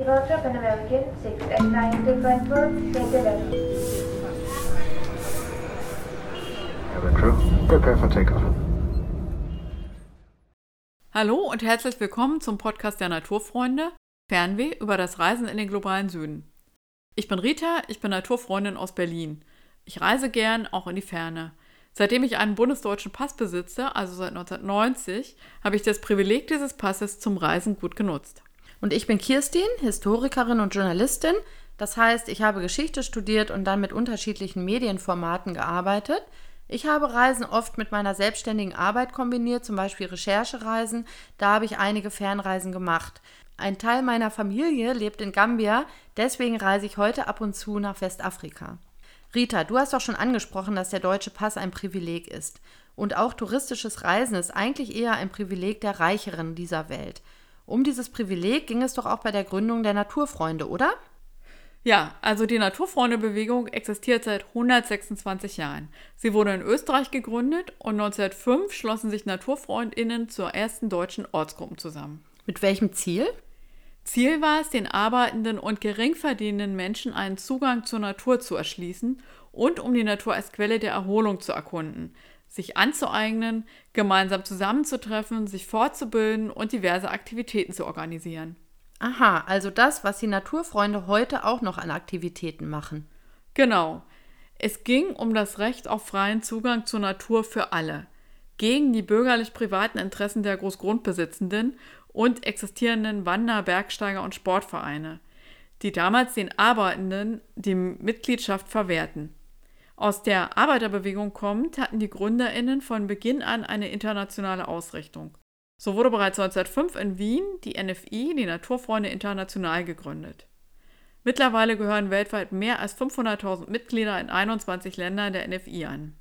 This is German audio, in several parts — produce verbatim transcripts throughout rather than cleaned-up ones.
Departure Pan American six eight nine to Frankfurt, take eleven. Cabin crew, prepare for takeoff. Hallo und herzlich willkommen zum Podcast der Naturfreunde, Fernweh über das Reisen in den globalen Süden. Ich bin Rita, ich bin Naturfreundin aus Berlin. Ich reise gern, auch in die Ferne. Seitdem ich einen bundesdeutschen Pass besitze, also seit neunzehnhundertneunzig, habe ich das Privileg dieses Passes zum Reisen gut genutzt. Und ich bin Kirstin, Historikerin und Journalistin. Das heißt, ich habe Geschichte studiert und dann mit unterschiedlichen Medienformaten gearbeitet. Ich habe Reisen oft mit meiner selbstständigen Arbeit kombiniert, zum Beispiel Recherchereisen. Da habe ich einige Fernreisen gemacht. Ein Teil meiner Familie lebt in Gambia, deswegen reise ich heute ab und zu nach Westafrika. Rita, du hast doch schon angesprochen, dass der deutsche Pass ein Privileg ist. Und auch touristisches Reisen ist eigentlich eher ein Privileg der Reicheren dieser Welt. Um dieses Privileg ging es doch auch bei der Gründung der Naturfreunde, oder? Ja, also die Naturfreunde-Bewegung existiert seit hundertsechsundzwanzig Jahren. Sie wurde in Österreich gegründet und neunzehnhundertfünf schlossen sich NaturfreundInnen zur ersten deutschen Ortsgruppen zusammen. Mit welchem Ziel? Ziel war es, den arbeitenden und gering verdienenden Menschen einen Zugang zur Natur zu erschließen und um die Natur als Quelle der Erholung zu erkunden, sich anzueignen, gemeinsam zusammenzutreffen, sich fortzubilden und diverse Aktivitäten zu organisieren. Aha, also das, was die Naturfreunde heute auch noch an Aktivitäten machen. Genau. Es ging um das Recht auf freien Zugang zur Natur für alle, gegen die bürgerlich-privaten Interessen der Großgrundbesitzenden und existierenden Wander-, Bergsteiger- und Sportvereine, die damals den Arbeitenden die Mitgliedschaft verwehrten. Aus der Arbeiterbewegung kommend hatten die GründerInnen von Beginn an eine internationale Ausrichtung. So wurde bereits neunzehnhundertfünf in Wien die N F I, die Naturfreunde International, gegründet. Mittlerweile gehören weltweit mehr als fünfhunderttausend Mitglieder in einundzwanzig Ländern der N F I an.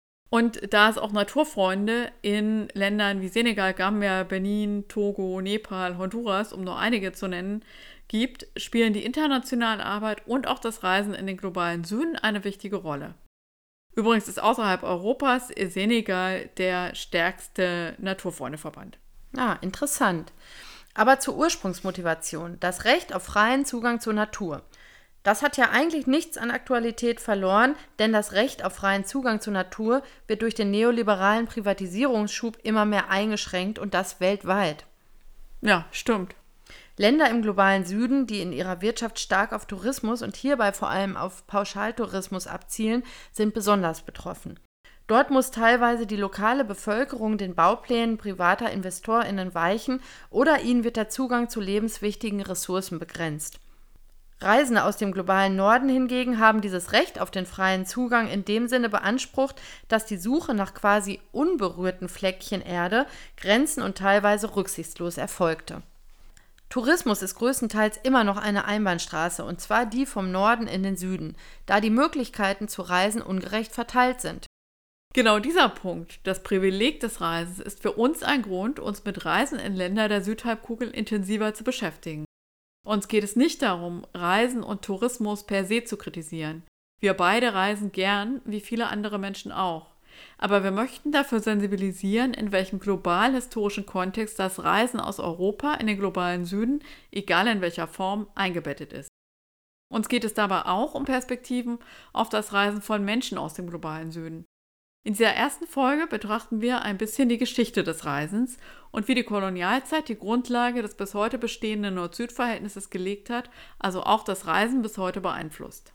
Und da es auch Naturfreunde in Ländern wie Senegal, Gambia, Benin, Togo, Nepal, Honduras, um nur einige zu nennen, gibt, spielen die internationale Arbeit und auch das Reisen in den globalen Süden eine wichtige Rolle. Übrigens ist außerhalb Europas Senegal der stärkste Naturfreundeverband. Ah, interessant. Aber zur Ursprungsmotivation, das Recht auf freien Zugang zur Natur. Das hat ja eigentlich nichts an Aktualität verloren, denn das Recht auf freien Zugang zur Natur wird durch den neoliberalen Privatisierungsschub immer mehr eingeschränkt und das weltweit. Ja, stimmt. Länder im globalen Süden, die in ihrer Wirtschaft stark auf Tourismus und hierbei vor allem auf Pauschaltourismus abzielen, sind besonders betroffen. Dort muss teilweise die lokale Bevölkerung den Bauplänen privater InvestorInnen weichen oder ihnen wird der Zugang zu lebenswichtigen Ressourcen begrenzt. Reisende aus dem globalen Norden hingegen haben dieses Recht auf den freien Zugang in dem Sinne beansprucht, dass die Suche nach quasi unberührten Fleckchen Erde grenzen- und teilweise rücksichtslos erfolgte. Tourismus ist größtenteils immer noch eine Einbahnstraße, und zwar die vom Norden in den Süden, da die Möglichkeiten zu reisen ungerecht verteilt sind. Genau dieser Punkt, das Privileg des Reisens, ist für uns ein Grund, uns mit Reisen in Länder der Südhalbkugel intensiver zu beschäftigen. Uns geht es nicht darum, Reisen und Tourismus per se zu kritisieren. Wir beide reisen gern, wie viele andere Menschen auch. Aber wir möchten dafür sensibilisieren, in welchem global-historischen Kontext das Reisen aus Europa in den globalen Süden, egal in welcher Form, eingebettet ist. Uns geht es dabei auch um Perspektiven auf das Reisen von Menschen aus dem globalen Süden. In dieser ersten Folge betrachten wir ein bisschen die Geschichte des Reisens und wie die Kolonialzeit die Grundlage des bis heute bestehenden Nord-Süd-Verhältnisses gelegt hat, also auch das Reisen bis heute beeinflusst.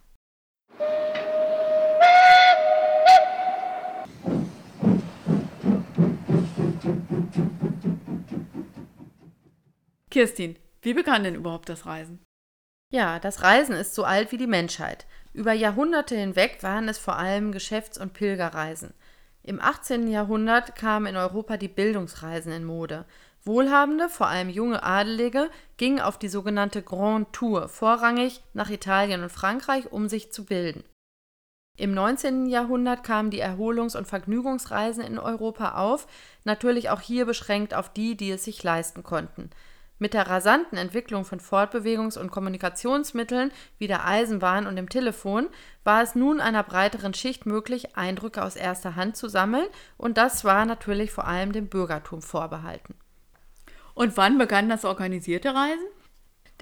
Kirstin, wie begann denn überhaupt das Reisen? Ja, das Reisen ist so alt wie die Menschheit. Über Jahrhunderte hinweg waren es vor allem Geschäfts- und Pilgerreisen. Im achtzehnten Jahrhundert kamen in Europa die Bildungsreisen in Mode. Wohlhabende, vor allem junge Adelige, gingen auf die sogenannte Grand Tour, vorrangig nach Italien und Frankreich, um sich zu bilden. Im neunzehnten Jahrhundert kamen die Erholungs- und Vergnügungsreisen in Europa auf, natürlich auch hier beschränkt auf die, die es sich leisten konnten. Mit der rasanten Entwicklung von Fortbewegungs- und Kommunikationsmitteln wie der Eisenbahn und dem Telefon war es nun einer breiteren Schicht möglich, Eindrücke aus erster Hand zu sammeln, und das war natürlich vor allem dem Bürgertum vorbehalten. Und wann begann das organisierte Reisen?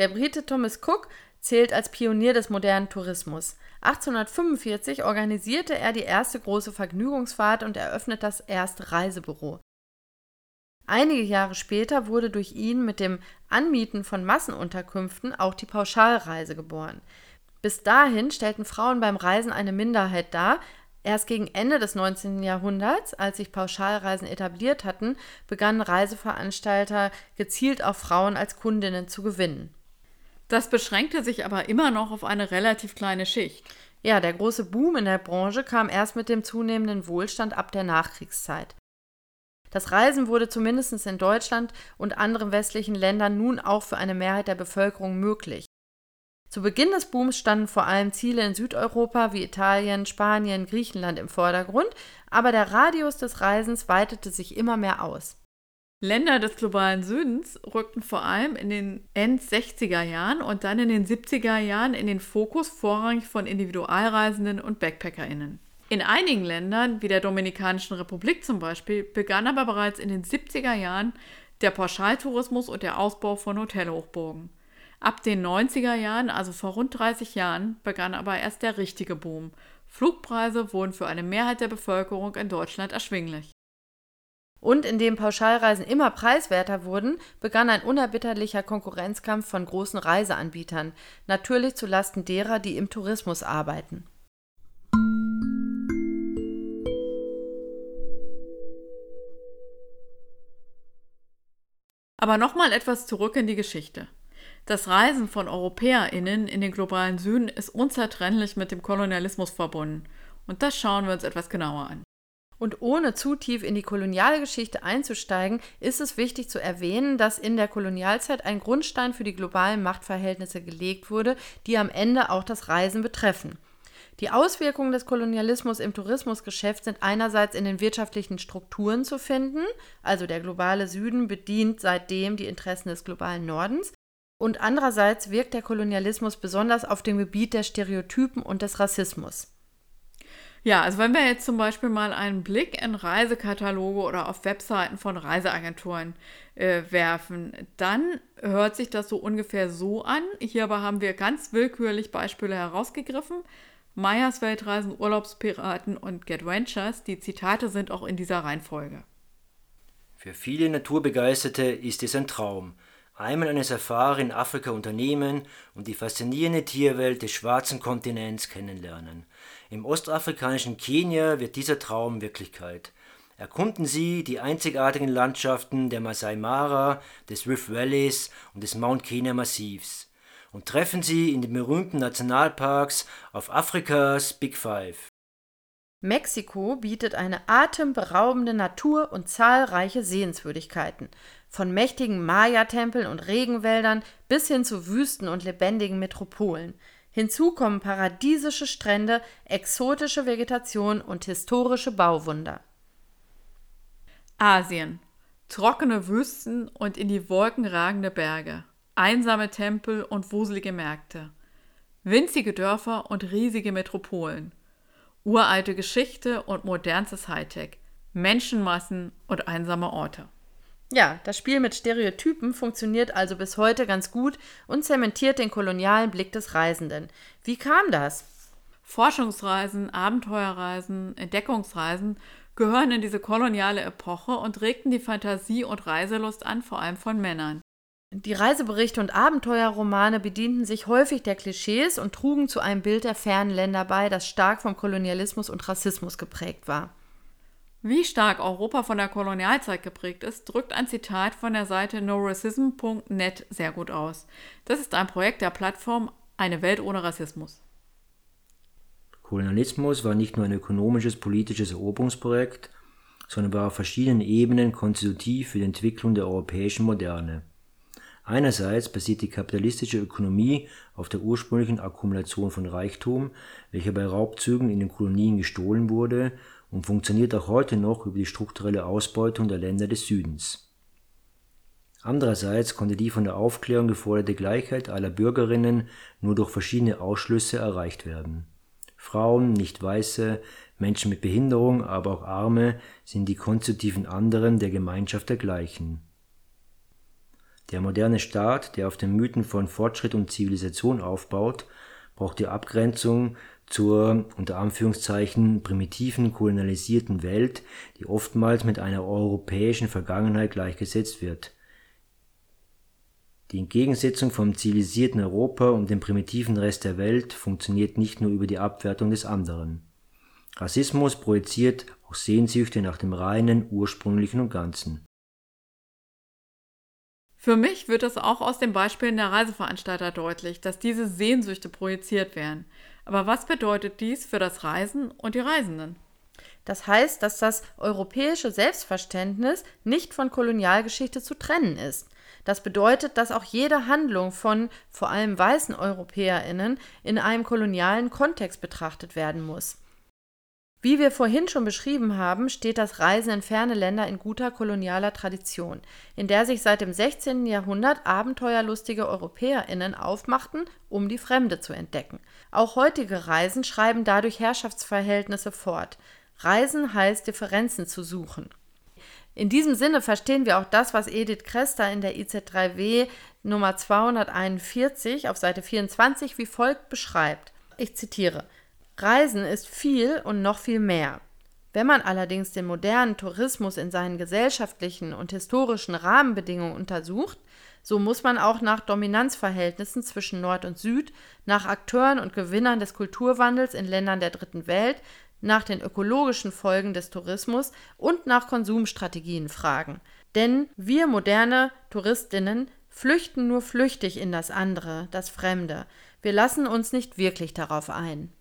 Der Brite Thomas Cook zählt als Pionier des modernen Tourismus. achtzehnhundertfünfundvierzig organisierte er die erste große Vergnügungsfahrt und eröffnet das erste Reisebüro. Einige Jahre später wurde durch ihn mit dem Anmieten von Massenunterkünften auch die Pauschalreise geboren. Bis dahin stellten Frauen beim Reisen eine Minderheit dar. Erst gegen Ende des neunzehnten Jahrhunderts, als sich Pauschalreisen etabliert hatten, begannen Reiseveranstalter gezielt auch Frauen als Kundinnen zu gewinnen. Das beschränkte sich aber immer noch auf eine relativ kleine Schicht. Ja, der große Boom in der Branche kam erst mit dem zunehmenden Wohlstand ab der Nachkriegszeit. Das Reisen wurde zumindest in Deutschland und anderen westlichen Ländern nun auch für eine Mehrheit der Bevölkerung möglich. Zu Beginn des Booms standen vor allem Ziele in Südeuropa wie Italien, Spanien, Griechenland im Vordergrund, aber der Radius des Reisens weitete sich immer mehr aus. Länder des globalen Südens rückten vor allem in den End-sechziger Jahren und dann in den siebziger Jahren in den Fokus vorrangig von Individualreisenden und BackpackerInnen. In einigen Ländern, wie der Dominikanischen Republik zum Beispiel, begann aber bereits in den siebziger Jahren der Pauschaltourismus und der Ausbau von Hotelhochburgen. Ab den neunziger Jahren, also vor rund dreißig Jahren, begann aber erst der richtige Boom. Flugpreise wurden für eine Mehrheit der Bevölkerung in Deutschland erschwinglich. Und indem Pauschalreisen immer preiswerter wurden, begann ein unerbitterlicher Konkurrenzkampf von großen Reiseanbietern, natürlich zulasten derer, die im Tourismus arbeiten. Aber nochmal etwas zurück in die Geschichte. Das Reisen von EuropäerInnen in den globalen Süden ist unzertrennlich mit dem Kolonialismus verbunden. Und das schauen wir uns etwas genauer an. Und ohne zu tief in die Kolonialgeschichte einzusteigen, ist es wichtig zu erwähnen, dass in der Kolonialzeit ein Grundstein für die globalen Machtverhältnisse gelegt wurde, die am Ende auch das Reisen betreffen. Die Auswirkungen des Kolonialismus im Tourismusgeschäft sind einerseits in den wirtschaftlichen Strukturen zu finden, also der globale Süden bedient seitdem die Interessen des globalen Nordens, und andererseits wirkt der Kolonialismus besonders auf dem Gebiet der Stereotypen und des Rassismus. Ja, also wenn wir jetzt zum Beispiel mal einen Blick in Reisekataloge oder auf Webseiten von Reiseagenturen äh, werfen, dann hört sich das so ungefähr so an. Hierbei haben wir ganz willkürlich Beispiele herausgegriffen. Meyers Weltreisen, Urlaubspiraten und Getventures. Die Zitate sind auch in dieser Reihenfolge. Für viele Naturbegeisterte ist es ein Traum, einmal eine Safari in Afrika unternehmen und die faszinierende Tierwelt des schwarzen Kontinents kennenlernen. Im ostafrikanischen Kenia wird dieser Traum Wirklichkeit. Erkunden Sie die einzigartigen Landschaften der Masai Mara, des Rift Valleys und des Mount Kenya Massivs und treffen Sie in den berühmten Nationalparks auf Afrikas Big Five. Mexiko bietet eine atemberaubende Natur und zahlreiche Sehenswürdigkeiten, von mächtigen Maya-Tempeln und Regenwäldern bis hin zu Wüsten und lebendigen Metropolen. Hinzu kommen paradiesische Strände, exotische Vegetation und historische Bauwunder. Asien. Trockene Wüsten und in die Wolken ragende Berge. Einsame Tempel und wuselige Märkte. Winzige Dörfer und riesige Metropolen. Uralte Geschichte und modernstes Hightech. Menschenmassen und einsame Orte. Ja, das Spiel mit Stereotypen funktioniert also bis heute ganz gut und zementiert den kolonialen Blick des Reisenden. Wie kam das? Forschungsreisen, Abenteuerreisen, Entdeckungsreisen gehören in diese koloniale Epoche und regten die Fantasie und Reiselust an, vor allem von Männern. Die Reiseberichte und Abenteuerromane bedienten sich häufig der Klischees und trugen zu einem Bild der fernen Länder bei, das stark vom Kolonialismus und Rassismus geprägt war. Wie stark Europa von der Kolonialzeit geprägt ist, drückt ein Zitat von der Seite no racism punkt net sehr gut aus. Das ist ein Projekt der Plattform Eine Welt ohne Rassismus. Kolonialismus war nicht nur ein ökonomisches, politisches Eroberungsprojekt, sondern war auf verschiedenen Ebenen konstitutiv für die Entwicklung der europäischen Moderne. Einerseits basiert die kapitalistische Ökonomie auf der ursprünglichen Akkumulation von Reichtum, welcher bei Raubzügen in den Kolonien gestohlen wurde, und funktioniert auch heute noch über die strukturelle Ausbeutung der Länder des Südens. Andererseits konnte die von der Aufklärung geforderte Gleichheit aller Bürgerinnen nur durch verschiedene Ausschlüsse erreicht werden. Frauen, Nicht-Weiße, Menschen mit Behinderung, aber auch Arme sind die konstitutiven Anderen der Gemeinschaft der Gleichen. Der moderne Staat, der auf den Mythen von Fortschritt und Zivilisation aufbaut, braucht die Abgrenzung zur, unter Anführungszeichen, primitiven, kolonialisierten Welt, die oftmals mit einer europäischen Vergangenheit gleichgesetzt wird. Die Entgegensetzung vom zivilisierten Europa und dem primitiven Rest der Welt funktioniert nicht nur über die Abwertung des anderen. Rassismus projiziert auch Sehnsüchte nach dem reinen, ursprünglichen und Ganzen. Für mich wird es auch aus den Beispielen der Reiseveranstalter deutlich, dass diese Sehnsüchte projiziert werden. Aber was bedeutet dies für das Reisen und die Reisenden? Das heißt, dass das europäische Selbstverständnis nicht von Kolonialgeschichte zu trennen ist. Das bedeutet, dass auch jede Handlung von vor allem weißen EuropäerInnen in einem kolonialen Kontext betrachtet werden muss. Wie wir vorhin schon beschrieben haben, steht das Reisen in ferne Länder in guter kolonialer Tradition, in der sich seit dem sechzehnten Jahrhundert abenteuerlustige EuropäerInnen aufmachten, um die Fremde zu entdecken. Auch heutige Reisen schreiben dadurch Herrschaftsverhältnisse fort. Reisen heißt, Differenzen zu suchen. In diesem Sinne verstehen wir auch das, was Edith Krester in der I Z drei W Nummer zweihunderteinundvierzig auf Seite vierundzwanzig wie folgt beschreibt. Ich zitiere: Reisen ist viel und noch viel mehr. Wenn man allerdings den modernen Tourismus in seinen gesellschaftlichen und historischen Rahmenbedingungen untersucht, so muss man auch nach Dominanzverhältnissen zwischen Nord und Süd, nach Akteuren und Gewinnern des Kulturwandels in Ländern der Dritten Welt, nach den ökologischen Folgen des Tourismus und nach Konsumstrategien fragen. Denn wir moderne Touristinnen flüchten nur flüchtig in das andere, das Fremde. Wir lassen uns nicht wirklich darauf ein.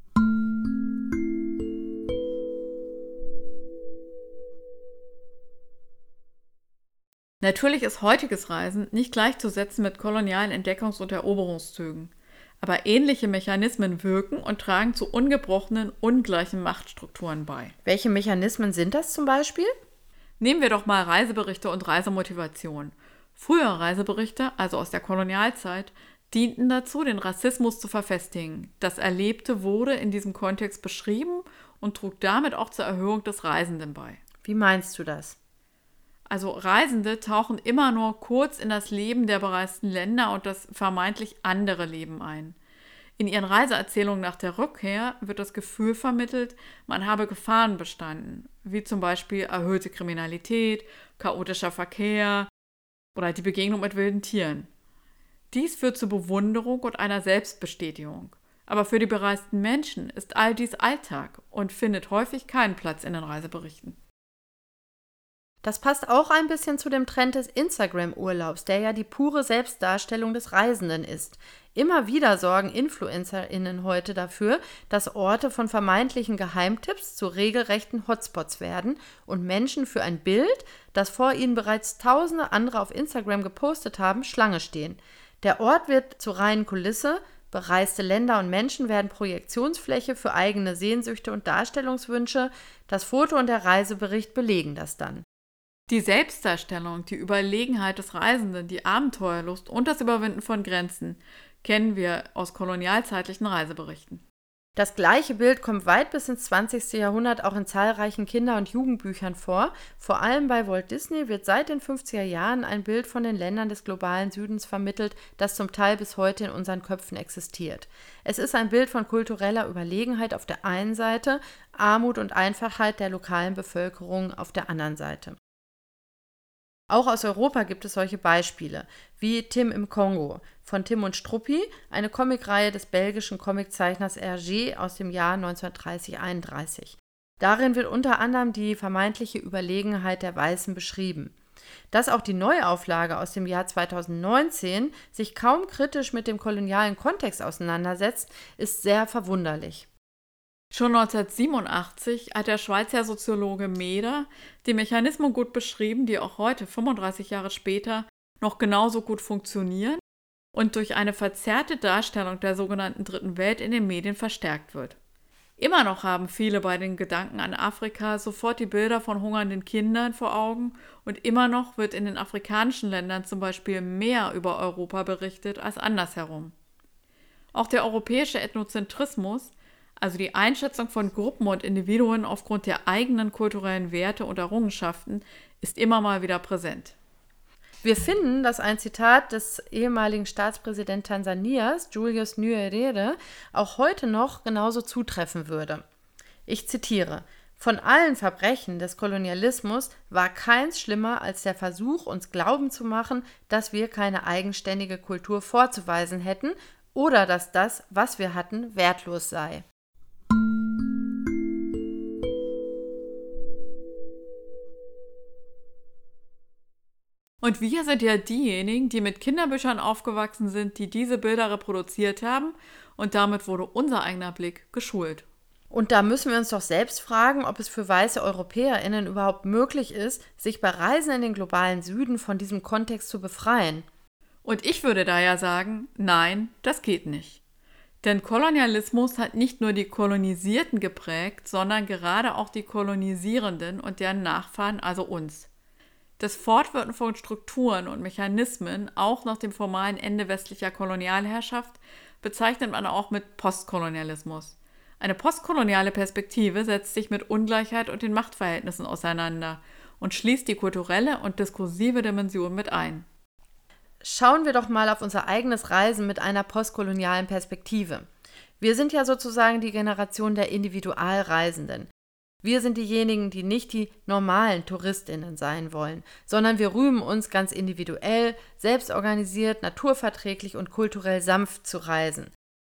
Natürlich ist heutiges Reisen nicht gleichzusetzen mit kolonialen Entdeckungs- und Eroberungszügen. Aber ähnliche Mechanismen wirken und tragen zu ungebrochenen, ungleichen Machtstrukturen bei. Welche Mechanismen sind das zum Beispiel? Nehmen wir doch mal Reiseberichte und Reisemotivation. Frühere Reiseberichte, also aus der Kolonialzeit, dienten dazu, den Rassismus zu verfestigen. Das Erlebte wurde in diesem Kontext beschrieben und trug damit auch zur Erhöhung des Reisenden bei. Wie meinst du das? Also Reisende tauchen immer nur kurz in das Leben der bereisten Länder und das vermeintlich andere Leben ein. In ihren Reiseerzählungen nach der Rückkehr wird das Gefühl vermittelt, man habe Gefahren bestanden, wie zum Beispiel erhöhte Kriminalität, chaotischer Verkehr oder die Begegnung mit wilden Tieren. Dies führt zu Bewunderung und einer Selbstbestätigung. Aber für die bereisten Menschen ist all dies Alltag und findet häufig keinen Platz in den Reiseberichten. Das passt auch ein bisschen zu dem Trend des Instagram-Urlaubs, der ja die pure Selbstdarstellung des Reisenden ist. Immer wieder sorgen InfluencerInnen heute dafür, dass Orte von vermeintlichen Geheimtipps zu regelrechten Hotspots werden und Menschen für ein Bild, das vor ihnen bereits tausende andere auf Instagram gepostet haben, Schlange stehen. Der Ort wird zur reinen Kulisse, bereiste Länder und Menschen werden Projektionsfläche für eigene Sehnsüchte und Darstellungswünsche, das Foto und der Reisebericht belegen das dann. Die Selbstdarstellung, die Überlegenheit des Reisenden, die Abenteuerlust und das Überwinden von Grenzen kennen wir aus kolonialzeitlichen Reiseberichten. Das gleiche Bild kommt weit bis ins zwanzigste Jahrhundert auch in zahlreichen Kinder- und Jugendbüchern vor. Vor allem bei Walt Disney wird seit den fünfziger Jahren ein Bild von den Ländern des globalen Südens vermittelt, das zum Teil bis heute in unseren Köpfen existiert. Es ist ein Bild von kultureller Überlegenheit auf der einen Seite, Armut und Einfachheit der lokalen Bevölkerung auf der anderen Seite. Auch aus Europa gibt es solche Beispiele, wie Tim im Kongo von Tim und Struppi, eine Comicreihe des belgischen Comiczeichners Hergé aus dem Jahr neunzehnhundertdreißig einunddreißig. Darin wird unter anderem die vermeintliche Überlegenheit der Weißen beschrieben. Dass auch die Neuauflage aus dem Jahr zweitausendneunzehn sich kaum kritisch mit dem kolonialen Kontext auseinandersetzt, ist sehr verwunderlich. Schon neunzehnhundertsiebenundachtzig hat der Schweizer Soziologe Meder die Mechanismen gut beschrieben, die auch heute, fünfunddreißig Jahre später, noch genauso gut funktionieren und durch eine verzerrte Darstellung der sogenannten Dritten Welt in den Medien verstärkt wird. Immer noch haben viele bei den Gedanken an Afrika sofort die Bilder von hungernden Kindern vor Augen und immer noch wird in den afrikanischen Ländern zum Beispiel mehr über Europa berichtet als andersherum. Auch der europäische Ethnozentrismus, also die Einschätzung von Gruppen und Individuen aufgrund der eigenen kulturellen Werte und Errungenschaften, ist immer mal wieder präsent. Wir finden, dass ein Zitat des ehemaligen Staatspräsidenten Tansanias, Julius Nyerere, auch heute noch genauso zutreffen würde. Ich zitiere: Von allen Verbrechen des Kolonialismus war keins schlimmer als der Versuch, uns glauben zu machen, dass wir keine eigenständige Kultur vorzuweisen hätten oder dass das, was wir hatten, wertlos sei. Und wir sind ja diejenigen, die mit Kinderbüchern aufgewachsen sind, die diese Bilder reproduziert haben, und damit wurde unser eigener Blick geschult. Und da müssen wir uns doch selbst fragen, ob es für weiße EuropäerInnen überhaupt möglich ist, sich bei Reisen in den globalen Süden von diesem Kontext zu befreien. Und ich würde daher sagen, nein, das geht nicht. Denn Kolonialismus hat nicht nur die Kolonisierten geprägt, sondern gerade auch die Kolonisierenden und deren Nachfahren, also uns. Das Fortwirken von Strukturen und Mechanismen, auch nach dem formalen Ende westlicher Kolonialherrschaft, bezeichnet man auch mit Postkolonialismus. Eine postkoloniale Perspektive setzt sich mit Ungleichheit und den Machtverhältnissen auseinander und schließt die kulturelle und diskursive Dimension mit ein. Schauen wir doch mal auf unser eigenes Reisen mit einer postkolonialen Perspektive. Wir sind ja sozusagen die Generation der Individualreisenden. Wir sind diejenigen, die nicht die normalen TouristInnen sein wollen, sondern wir rühmen uns ganz individuell, selbstorganisiert, naturverträglich und kulturell sanft zu reisen.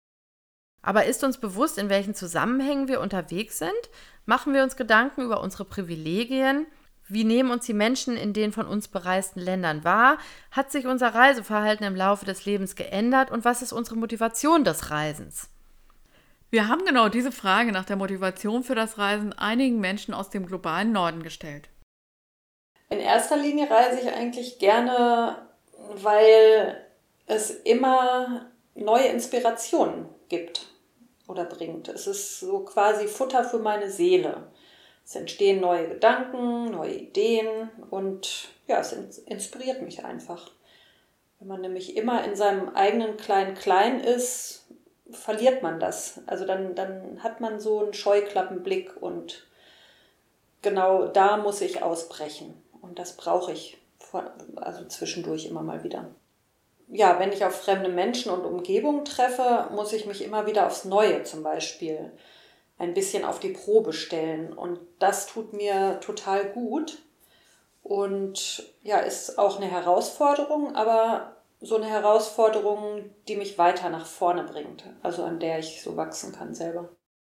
Aber ist uns bewusst, in welchen Zusammenhängen wir unterwegs sind? Machen wir uns Gedanken über unsere Privilegien? Wie nehmen uns die Menschen in den von uns bereisten Ländern wahr? Hat sich unser Reiseverhalten im Laufe des Lebens geändert und was ist unsere Motivation des Reisens? Wir haben genau diese Frage nach der Motivation für das Reisen einigen Menschen aus dem globalen Norden gestellt. In erster Linie reise ich eigentlich gerne, weil es immer neue Inspirationen gibt oder bringt. Es ist so quasi Futter für meine Seele. Es entstehen neue Gedanken, neue Ideen und ja, es inspiriert mich einfach. Wenn man nämlich immer in seinem eigenen Klein-Klein ist, verliert man das. Also dann, dann hat man so einen Scheuklappenblick und genau da muss ich ausbrechen. Und das brauche ich vor, also zwischendurch immer mal wieder. Ja, wenn ich auf fremde Menschen und Umgebungen treffe, muss ich mich immer wieder aufs Neue zum Beispiel ein bisschen auf die Probe stellen. Und das tut mir total gut und ja, ist auch eine Herausforderung, aber so eine Herausforderung, die mich weiter nach vorne bringt, also an der ich so wachsen kann selber.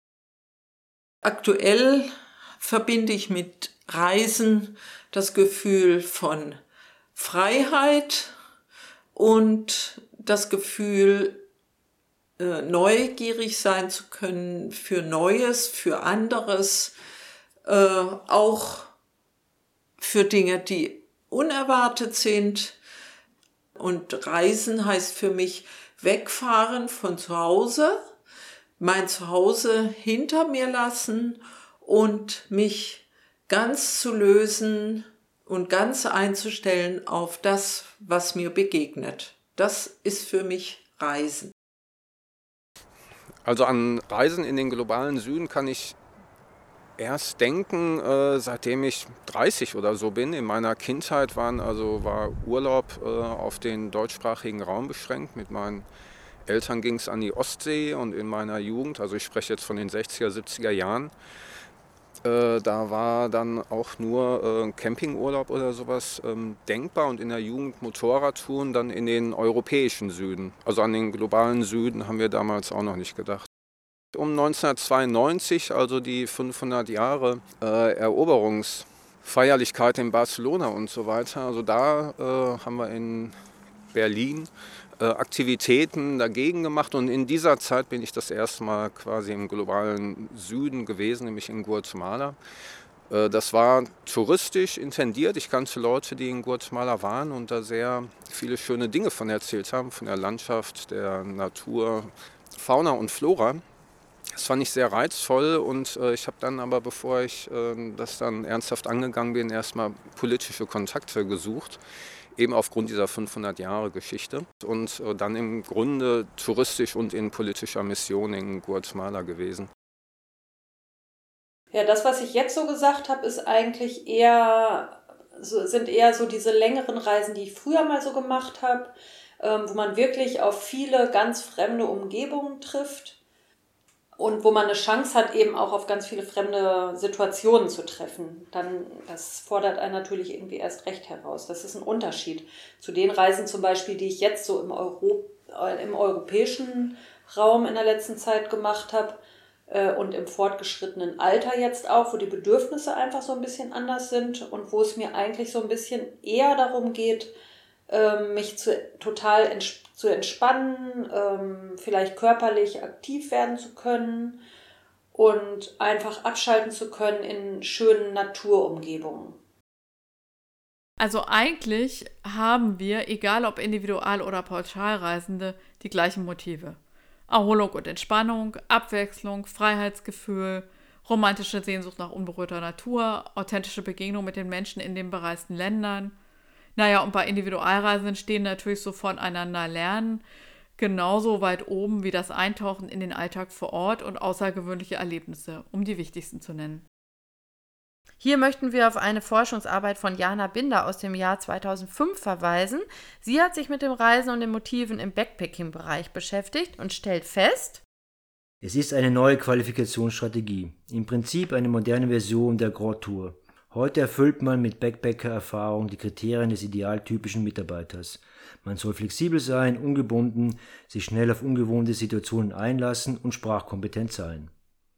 Aktuell verbinde ich mit Reisen das Gefühl von Freiheit und das Gefühl, äh, neugierig sein zu können für Neues, für anderes, äh, auch für Dinge, die unerwartet sind. Und Reisen heißt für mich wegfahren von zu Hause, mein Zuhause hinter mir lassen und mich ganz zu lösen und ganz einzustellen auf das, was mir begegnet. Das ist für mich Reisen. Also an Reisen in den globalen Süden kann ich erst denken, äh, seitdem ich dreißig oder so bin. In meiner Kindheit waren, also war Urlaub äh, auf den deutschsprachigen Raum beschränkt. Mit meinen Eltern ging es an die Ostsee und in meiner Jugend, also ich spreche jetzt von den sechziger, siebziger Jahren, äh, da war dann auch nur äh, Campingurlaub oder sowas ähm, denkbar und in der Jugend Motorradtouren dann in den europäischen Süden. Also an den globalen Süden haben wir damals auch noch nicht gedacht. Um neunzehnhundertzweiundneunzig, also die fünfhundert Jahre äh, Eroberungsfeierlichkeit in Barcelona und so weiter, also da äh, haben wir in Berlin äh, Aktivitäten dagegen gemacht und in dieser Zeit bin ich das erste Mal quasi im globalen Süden gewesen, nämlich in Guatemala. Äh, das war touristisch intendiert, ich kannte Leute, die in Guatemala waren und da sehr viele schöne Dinge von erzählt haben, von der Landschaft, der Natur, Fauna und Flora. Das fand ich sehr reizvoll und äh, ich habe dann aber, bevor ich äh, das dann ernsthaft angegangen bin, erstmal politische Kontakte gesucht, eben aufgrund dieser fünfhundert Jahre Geschichte und äh, dann im Grunde touristisch und in politischer Mission in Guatemala gewesen. Ja, das, was ich jetzt so gesagt habe, ist eigentlich eher so, sind eher so diese längeren Reisen, die ich früher mal so gemacht habe, ähm, wo man wirklich auf viele ganz fremde Umgebungen trifft und wo man eine Chance hat, eben auch auf ganz viele fremde Situationen zu treffen. Dann, das fordert einen natürlich irgendwie erst recht heraus. Das ist ein Unterschied zu den Reisen zum Beispiel, die ich jetzt so im, Euro, äh, im europäischen Raum in der letzten Zeit gemacht habe äh, und im fortgeschrittenen Alter jetzt auch, wo die Bedürfnisse einfach so ein bisschen anders sind und wo es mir eigentlich so ein bisschen eher darum geht, ähm, mich zu, total ents- zu entspannen, ähm, vielleicht körperlich aktiv werden zu können und einfach abschalten zu können in schönen Naturumgebungen. Also eigentlich haben wir, egal ob Individual- oder Pauschalreisende, die gleichen Motive. Erholung und Entspannung, Abwechslung, Freiheitsgefühl, romantische Sehnsucht nach unberührter Natur, authentische Begegnung mit den Menschen in den bereisten Ländern. Naja, und bei Individualreisenden stehen natürlich so voneinander lernen genauso weit oben wie das Eintauchen in den Alltag vor Ort und außergewöhnliche Erlebnisse, um die wichtigsten zu nennen. Hier möchten wir auf eine Forschungsarbeit von Jana Binder aus dem Jahr zweitausendfünf verweisen. Sie hat sich mit dem Reisen und den Motiven im Backpacking-Bereich beschäftigt und stellt fest: Es ist eine neue Qualifikationsstrategie, im Prinzip eine moderne Version der Grand Tour. Heute erfüllt man mit Backpacker-Erfahrung die Kriterien des idealtypischen Mitarbeiters. Man soll flexibel sein, ungebunden, sich schnell auf ungewohnte Situationen einlassen und sprachkompetent sein.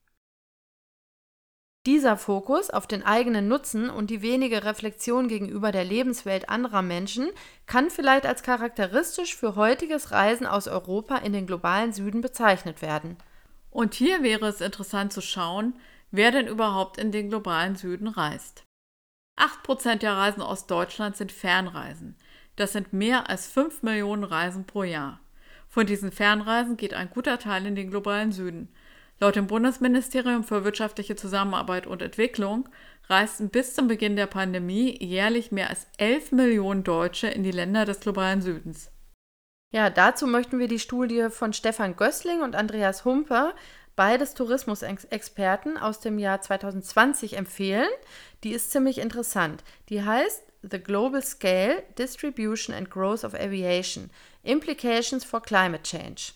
Dieser Fokus auf den eigenen Nutzen und die wenige Reflexion gegenüber der Lebenswelt anderer Menschen kann vielleicht als charakteristisch für heutiges Reisen aus Europa in den globalen Süden bezeichnet werden. Und hier wäre es interessant zu schauen, wer denn überhaupt in den globalen Süden reist. acht Prozent der Reisen aus Deutschland sind Fernreisen. Das sind mehr als fünf Millionen Reisen pro Jahr. Von diesen Fernreisen geht ein guter Teil in den globalen Süden. Laut dem Bundesministerium für wirtschaftliche Zusammenarbeit und Entwicklung reisten bis zum Beginn der Pandemie jährlich mehr als elf Millionen Deutsche in die Länder des globalen Südens. Ja, dazu möchten wir die Studie von Stefan Gößling und Andreas Humper, beides Tourismusexperten, aus dem Jahr zweitausendzwanzig empfehlen. Die ist ziemlich interessant. Die heißt The Global Scale, Distribution and Growth of Aviation – Implications for Climate Change.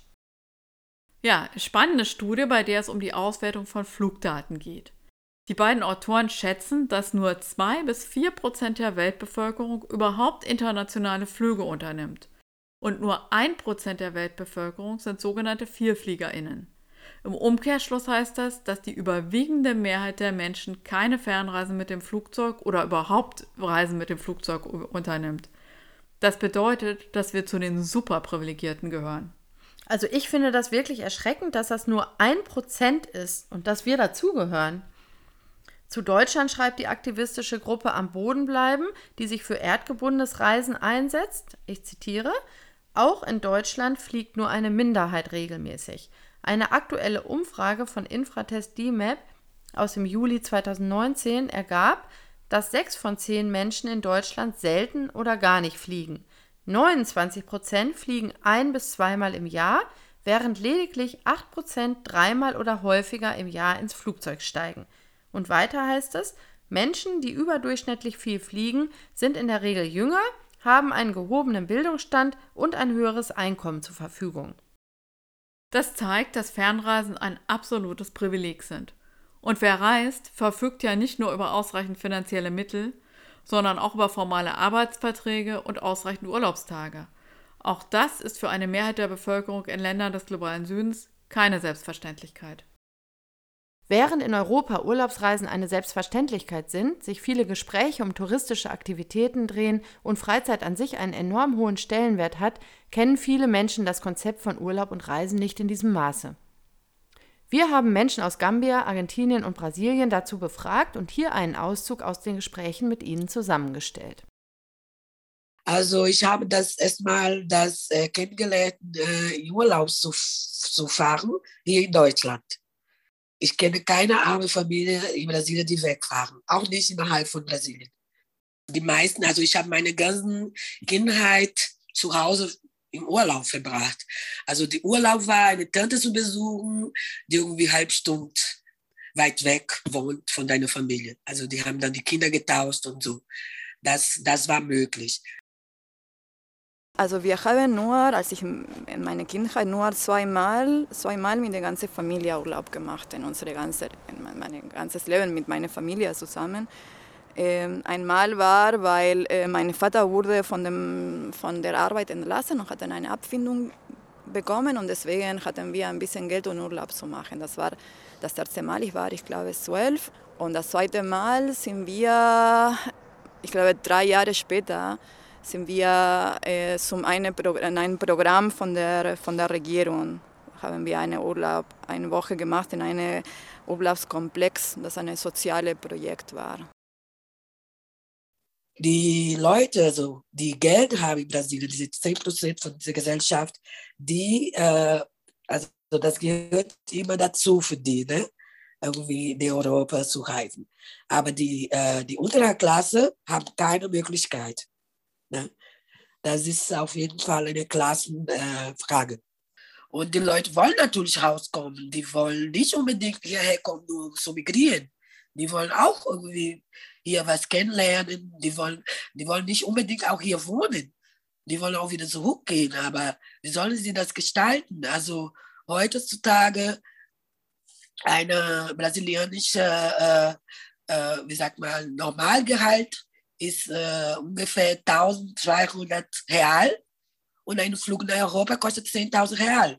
Ja, spannende Studie, bei der es um die Auswertung von Flugdaten geht. Die beiden Autoren schätzen, dass nur zwei bis vier Prozent der Weltbevölkerung überhaupt internationale Flüge unternimmt. Und nur ein Prozent der Weltbevölkerung sind sogenannte VierfliegerInnen. Im Umkehrschluss heißt das, dass die überwiegende Mehrheit der Menschen keine Fernreisen mit dem Flugzeug oder überhaupt Reisen mit dem Flugzeug unternimmt. Das bedeutet, dass wir zu den Superprivilegierten gehören. Also ich finde das wirklich erschreckend, dass das nur ein Prozent ist und dass wir dazugehören. Zu Deutschland schreibt die aktivistische Gruppe Am Boden bleiben, die sich für erdgebundenes Reisen einsetzt. Ich zitiere: Auch in Deutschland fliegt nur eine Minderheit regelmäßig. Eine aktuelle Umfrage von Infratest D MAP aus dem Juli zweitausendneunzehn ergab, dass sechs von zehn Menschen in Deutschland selten oder gar nicht fliegen. neunundzwanzig Prozent fliegen ein- bis zweimal im Jahr, während lediglich acht Prozent dreimal oder häufiger im Jahr ins Flugzeug steigen. Und weiter heißt es, Menschen, die überdurchschnittlich viel fliegen, sind in der Regel jünger, haben einen gehobenen Bildungsstand und ein höheres Einkommen zur Verfügung. Das zeigt, dass Fernreisen ein absolutes Privileg sind. Und wer reist, verfügt ja nicht nur über ausreichend finanzielle Mittel, sondern auch über formale Arbeitsverträge und ausreichend Urlaubstage. Auch das ist für eine Mehrheit der Bevölkerung in Ländern des globalen Südens keine Selbstverständlichkeit. Während in Europa Urlaubsreisen eine Selbstverständlichkeit sind, sich viele Gespräche um touristische Aktivitäten drehen und Freizeit an sich einen enorm hohen Stellenwert hat, kennen viele Menschen das Konzept von Urlaub und Reisen nicht in diesem Maße. Wir haben Menschen aus Gambia, Argentinien und Brasilien dazu befragt und hier einen Auszug aus den Gesprächen mit ihnen zusammengestellt. Also ich habe das erstmal das äh, kennengelernt, äh, in Urlaub zu, zu fahren, hier in Deutschland. Ich kenne keine arme Familie in Brasilien, die wegfahren, auch nicht innerhalb von Brasilien. Die meisten, also ich habe meine ganze Kindheit zu Hause im Urlaub verbracht. Also der Urlaub war, eine Tante zu besuchen, die irgendwie halb Stunde weit weg wohnt von deiner Familie. Also die haben dann die Kinder getauscht und so. Das, das war möglich. Also wir haben nur, als ich in meiner Kindheit, nur zweimal, zweimal mit der ganzen Familie Urlaub gemacht, in unsere ganze, in mein ganzes Leben mit meiner Familie zusammen. Ähm, einmal war, weil äh, mein Vater wurde von, dem, von der Arbeit entlassen und hat dann eine Abfindung bekommen und deswegen hatten wir ein bisschen Geld, um Urlaub zu machen. Das war das erste Mal, ich war, ich glaube, zwölf. Und das zweite Mal sind wir, ich glaube, drei Jahre später, sind wir äh, zum einen Pro- in einem Programm von der, von der Regierung, haben wir einen Urlaub, eine Woche gemacht in einem Urlaubskomplex, das ein soziales Projekt war. Die Leute, also die Geld haben in Brasilien, diese zehn Prozent von dieser Gesellschaft, die, äh, also das gehört immer dazu für die, ne? Irgendwie in Europa zu reisen. Aber die, äh, die untere Klasse haben keine Möglichkeit. Ne? Das ist auf jeden Fall eine Klassenfrage. Äh, Und die Leute wollen natürlich rauskommen. Die wollen nicht unbedingt hierher kommen, nur um zu migrieren. Die wollen auch irgendwie hier was kennenlernen. Die wollen, die wollen nicht unbedingt auch hier wohnen. Die wollen auch wieder zurückgehen. Aber wie sollen sie das gestalten? Also heutzutage eine brasilianische, äh, äh, wie sagt man, Normalgehalt ist äh, ungefähr eintausendzweihundert Real und ein Flug nach Europa kostet zehntausend Real.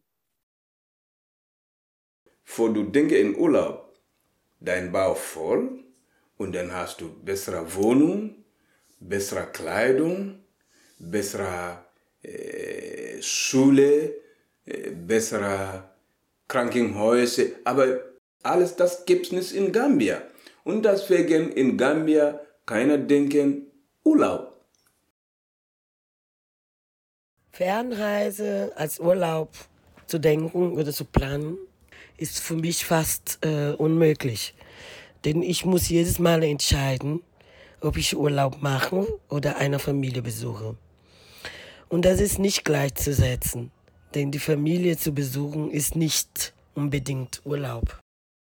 Vor du denkst in Urlaub, dein Bauch voll und dann hast du bessere Wohnung, bessere Kleidung, bessere äh, Schule, äh, bessere Krankenhäuser, aber alles das gibt es nicht in Gambia. Und deswegen in Gambia keiner denken Urlaub. Fernreise als Urlaub zu denken oder zu planen, ist für mich fast äh, unmöglich. Denn ich muss jedes Mal entscheiden, ob ich Urlaub mache oder eine Familie besuche. Und das ist nicht gleichzusetzen, denn die Familie zu besuchen ist nicht unbedingt Urlaub.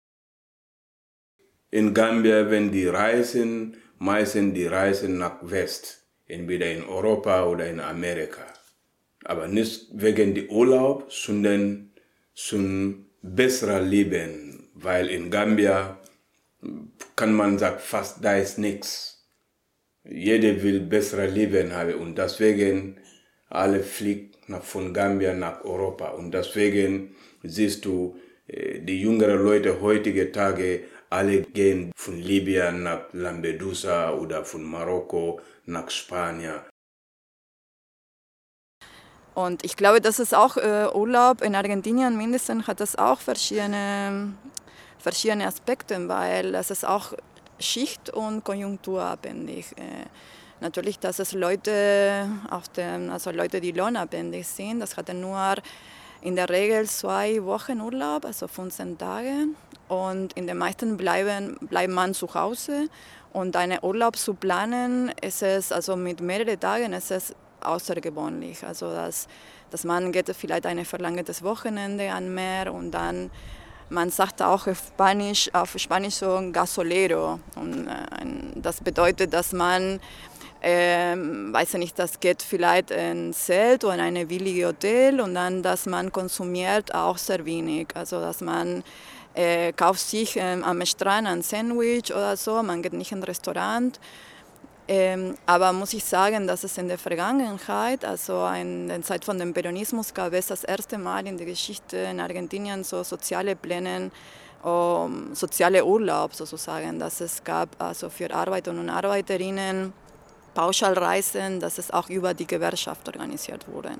In Gambia, wenn die reisen, meistens die reisen nach West, entweder in Europa oder in Amerika. Aber nicht wegen des Urlaubs, sondern zum besseren Leben, weil in Gambia kann man sagen, fast da ist nichts. Jeder will bessere Leben haben und deswegen alle fliegen von Gambia nach Europa und deswegen siehst du die jüngeren Leute heutige Tage alle gehen von Libyen nach Lampedusa oder von Marokko nach Spanien. Und ich glaube, das ist auch äh, Urlaub in Argentinien mindestens hat das auch verschiedene, verschiedene Aspekte, weil es ist auch schicht- und konjunkturabhängig. Äh, natürlich, dass es Leute, auf dem, also Leute, die lohnabhängig sind, das hatten nur in der Regel zwei Wochen Urlaub, also fünfzehn Tage. Und in den meisten bleiben, bleibt man zu Hause. Und einen Urlaub zu planen, ist es, also mit mehreren Tagen, ist es außergewöhnlich. Also dass, dass man geht vielleicht ein verlängertes Wochenende an Meer und dann, man sagt auch auf Spanisch, auf Spanisch so ein Gasolero. Und äh, das bedeutet, dass man Ähm, weiß ich nicht, das geht vielleicht in Zelt oder in eine billige Hotel und dann, dass man konsumiert auch sehr wenig. Also, dass man äh, kauft sich ähm, am Strand ein Sandwich oder so, man geht nicht in ein Restaurant. Ähm, aber muss ich sagen, dass es in der Vergangenheit, also in der Zeit von dem Peronismus, gab es das erste Mal in der Geschichte in Argentinien so soziale Pläne, um, soziale Urlaub sozusagen, dass es gab also für Arbeiter und Arbeiterinnen Pauschalreisen, dass es auch über die Gewerkschaft organisiert wurde.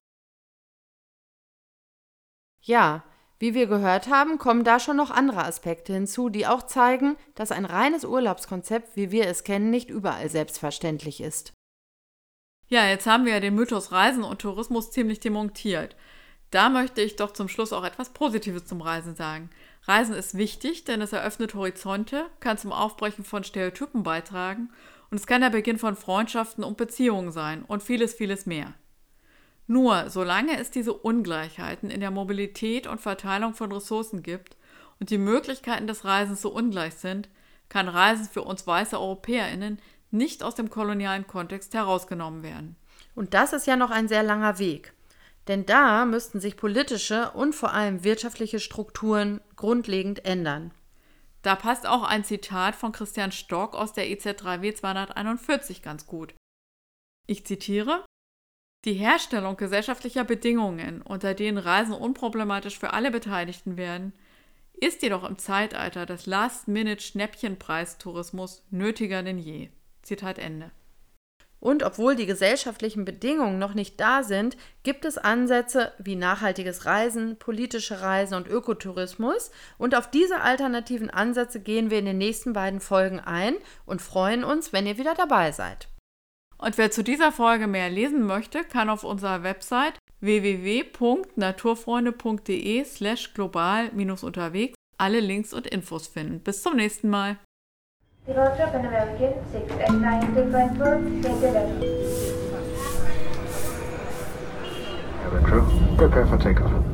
Ja, wie wir gehört haben, kommen da schon noch andere Aspekte hinzu, die auch zeigen, dass ein reines Urlaubskonzept, wie wir es kennen, nicht überall selbstverständlich ist. Ja, jetzt haben wir ja den Mythos Reisen und Tourismus ziemlich demontiert. Da möchte ich doch zum Schluss auch etwas Positives zum Reisen sagen. Reisen ist wichtig, denn es eröffnet Horizonte, kann zum Aufbrechen von Stereotypen beitragen und es kann der Beginn von Freundschaften und Beziehungen sein und vieles, vieles mehr. Nur, solange es diese Ungleichheiten in der Mobilität und Verteilung von Ressourcen gibt und die Möglichkeiten des Reisens so ungleich sind, kann Reisen für uns weiße EuropäerInnen nicht aus dem kolonialen Kontext herausgenommen werden. Und das ist ja noch ein sehr langer Weg. Denn da müssten sich politische und vor allem wirtschaftliche Strukturen grundlegend ändern. Da passt auch ein Zitat von Christian Stock aus der E Z drei W zweihunderteinundvierzig ganz gut. Ich zitiere: Die Herstellung gesellschaftlicher Bedingungen, unter denen Reisen unproblematisch für alle Beteiligten werden, ist jedoch im Zeitalter des Last-Minute-Schnäppchenpreistourismus nötiger denn je. Zitat Ende. Und obwohl die gesellschaftlichen Bedingungen noch nicht da sind, gibt es Ansätze wie nachhaltiges Reisen, politische Reisen und Ökotourismus. Und auf diese alternativen Ansätze gehen wir in den nächsten beiden Folgen ein und freuen uns, wenn ihr wieder dabei seid. Und wer zu dieser Folge mehr lesen möchte, kann auf unserer Website w w w punkt naturfreunde punkt d e slash global unterwegs alle Links und Infos finden. Bis zum nächsten Mal. The road to Pan American six and nine to Frankfurt, take the left. Retro, prepare for takeoff.